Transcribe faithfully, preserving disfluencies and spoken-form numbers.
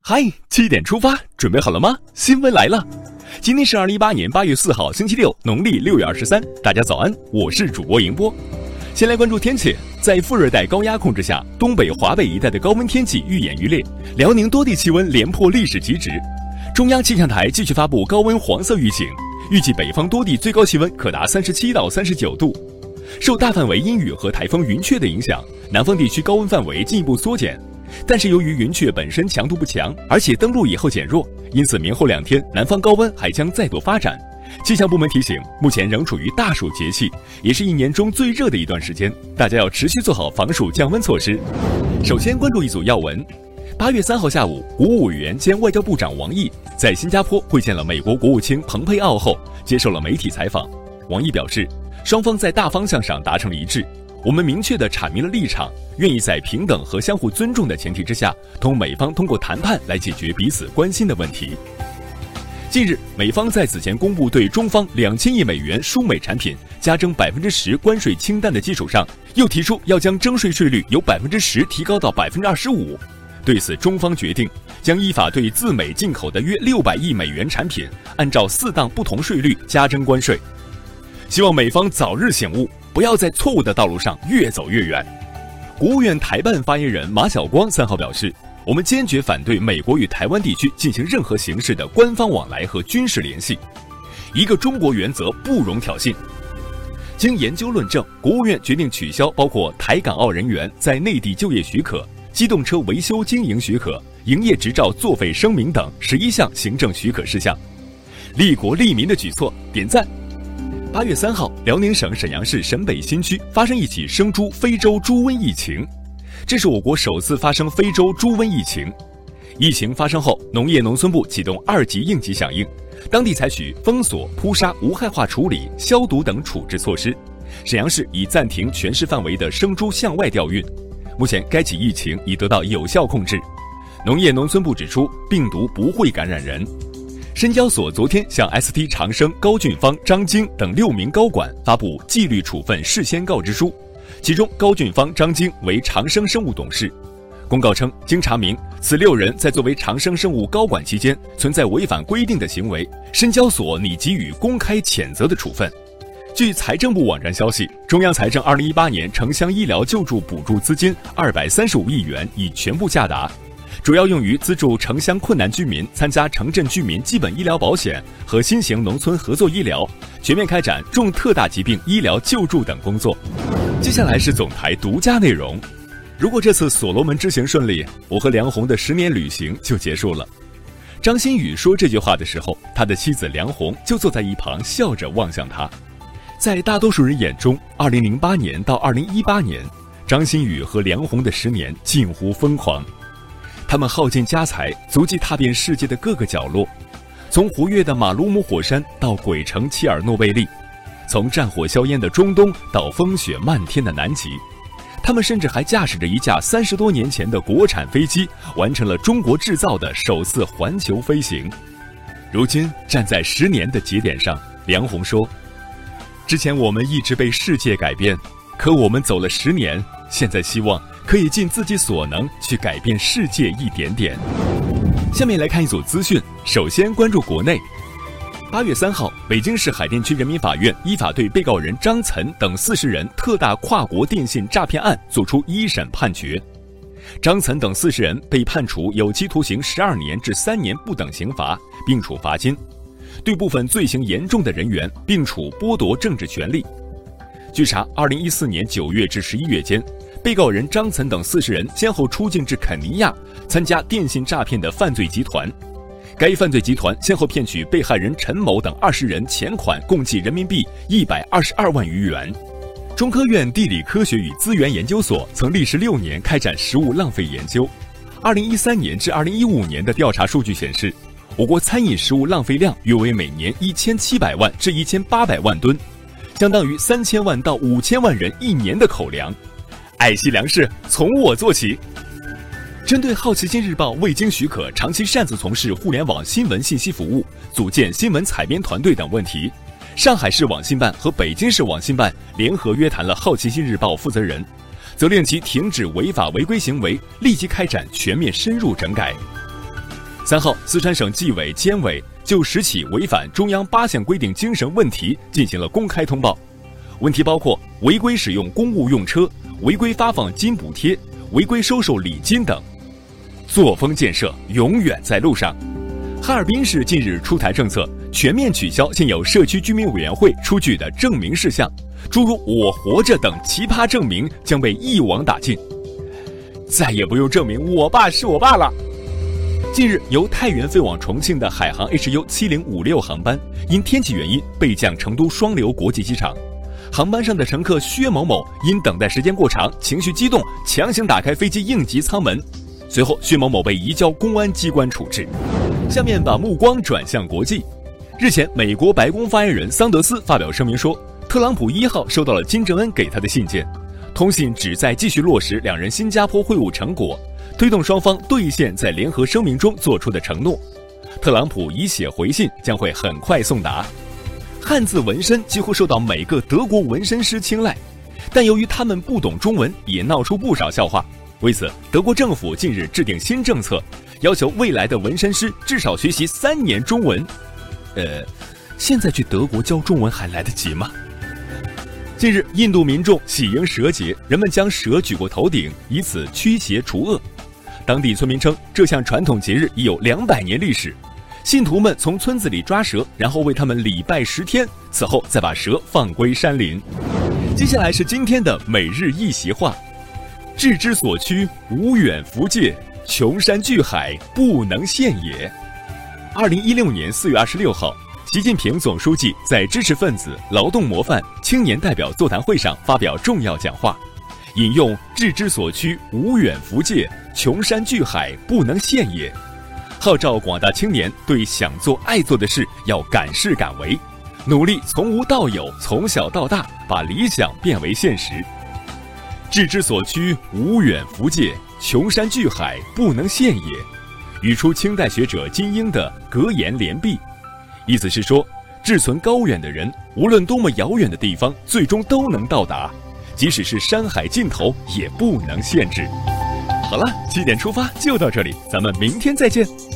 嗨，七点出发，准备好了吗？新闻来了，今天是二零一八年八月四号，星期六，农历六月二十三。大家早安，我是主播迎波。先来关注天气，在副热带高压控制下，东北、华北一带的高温天气愈演愈烈，辽宁多地气温连破历史极值。中央气象台继续发布高温黄色预警，预计北方多地最高气温可达三十七到三十九度。受大范围阴雨和台风云雀的影响，南方地区高温范围进一步缩减。但是由于云雀本身强度不强，而且登陆以后减弱，因此明后两天南方高温还将再度发展。气象部门提醒，目前仍处于大暑节气，也是一年中最热的一段时间，大家要持续做好防暑降温措施。首先关注一组要闻。八月三号下午，国务委员兼外交部长王毅在新加坡会见了美国国务卿蓬佩奥后，接受了媒体采访。王毅表示，双方在大方向上达成了一致，我们明确地阐明了立场，愿意在平等和相互尊重的前提之下，同美方通过谈判来解决彼此关心的问题。近日，美方在此前公布对中方两千亿美元输美产品加征百分之十关税清单的基础上，又提出要将征税税率由百分之十提高到百分之二十五。对此，中方决定将依法对自美进口的约六百亿美元产品，按照四档不同税率加征关税。希望美方早日醒悟，不要在错误的道路上越走越远。国务院台办发言人马晓光三号表示，我们坚决反对美国与台湾地区进行任何形式的官方往来和军事联系，一个中国原则不容挑衅。经研究论证，国务院决定取消包括台港澳人员在内地就业许可、机动车维修经营许可、营业执照作废声明等十一项行政许可事项，利国利民的举措，点赞。八月三号，辽宁省沈阳市沈北新区发生一起生猪非洲猪瘟疫情，这是我国首次发生非洲猪瘟疫情。疫情发生后，农业农村部启动二级应急响应，当地采取封锁、扑杀、无害化处理、消毒等处置措施。沈阳市已暂停全市范围的生猪向外调运。目前，该起疫情已得到有效控制。农业农村部指出，病毒不会感染人。深交所昨天向 S T 长生、高俊芳、张晶等六名高管发布纪律处分事先告知书，其中高俊芳、张晶为长生生物董事。公告称，经查明，此六人在作为长生生物高管期间存在违反规定的行为，深交所拟给予公开谴责的处分。据财政部网站消息，中央财政二零一八年城乡医疗救助补助资金二百三十五亿元已全部下达，主要用于资助城乡困难居民参加城镇居民基本医疗保险和新型农村合作医疗，全面开展重特大疾病医疗救助等工作。接下来是总台独家内容。如果这次所罗门之行顺利，我和梁红的十年旅行就结束了。张馨予说这句话的时候，他的妻子梁红就坐在一旁笑着望向他。在大多数人眼中，二零零八年到二零一八年，张馨予和梁红的十年近乎疯狂。他们耗尽家财，足迹踏遍世界的各个角落，从活跃的马鲁姆火山到鬼城切尔诺贝利，从战火硝烟的中东到风雪漫天的南极。他们甚至还驾驶着一架三十多年前的国产飞机，完成了中国制造的首次环球飞行。如今站在十年的节点上，梁红说，之前我们一直被世界改变，可我们走了十年，现在希望可以尽自己所能去改变世界一点点。下面来看一组资讯，首先关注国内。八月三号，北京市海淀区人民法院依法对被告人张岑等四十人特大跨国电信诈骗案作出一审判决。张岑等四十人被判处有期徒刑十二年至三年不等刑罚，并处罚金。对部分罪行严重的人员，并处剥夺政治权利。据查，二零一四年九月至十一月间，被告人张岑等四十人先后出境至肯尼亚，参加电信诈骗的犯罪集团。该犯罪集团先后骗取被害人陈某等二十人钱款共计人民币一百二十二万余元。中科院地理科学与资源研究所曾历时六年开展食物浪费研究。二零一三年至二零一五年的调查数据显示，我国餐饮食物浪费量约为每年一千七百万至一千八百万吨，相当于三千万到五千万人一年的口粮。爱惜粮食，从我做起。针对好奇心日报未经许可长期擅自从事互联网新闻信息服务、组建新闻采编团队等问题，上海市网信办和北京市网信办联合约谈了好奇心日报负责人，责令其停止违法违规行为，立即开展全面深入整改。 三号，四川省纪委监委就十起违反中央八项规定精神问题进行了公开通报，问题包括违规使用公务用车、违规发放金补贴、违规收受礼金等。作风建设永远在路上。哈尔滨市近日出台政策，全面取消现有社区居民委员会出具的证明事项，诸如我活着等奇葩证明将被一网打尽，再也不用证明我爸是我爸了。近日，由太原飞往重庆的海航 H U 七零五六航班因天气原因备降成都双流国际机场。航班上的乘客薛某某因等待时间过长，情绪激动，强行打开飞机应急舱门。随后，薛某某被移交公安机关处置。下面把目光转向国际。日前，美国白宫发言人桑德斯发表声明说，特朗普一号收到了金正恩给他的信件，通信旨在继续落实两人新加坡会晤成果，推动双方兑现在联合声明中做出的承诺。特朗普已写回信，将会很快送达。汉字纹身几乎受到每个德国纹身师青睐，但由于他们不懂中文，也闹出不少笑话。为此，德国政府近日制定新政策，要求未来的纹身师至少学习三年中文。呃，现在去德国教中文还来得及吗？近日，印度民众喜迎蛇节，人们将蛇举过头顶，以此驱邪除恶。当地村民称，这项传统节日已有两百年历史。信徒们从村子里抓蛇，然后为他们礼拜十天，此后再把蛇放归山林。接下来是今天的每日一席话：志之所趋，无远弗届；穷山巨海，不能限也。二零一六年四月二十六号，习近平总书记在知识分子、劳动模范、青年代表座谈会上发表重要讲话，引用“志之所趋，无远弗届；穷山巨海，不能限也”，号召广大青年对想做、爱做的事要敢事敢为，努力从无到有，从小到大，把理想变为现实。志之所趋，无远弗届；穷山巨海，不能限也，语出清代学者金英的格言联璧。意思是说，志存高远的人，无论多么遥远的地方，最终都能到达，即使是山海尽头，也不能限制。好了，七点出发就到这里，咱们明天再见。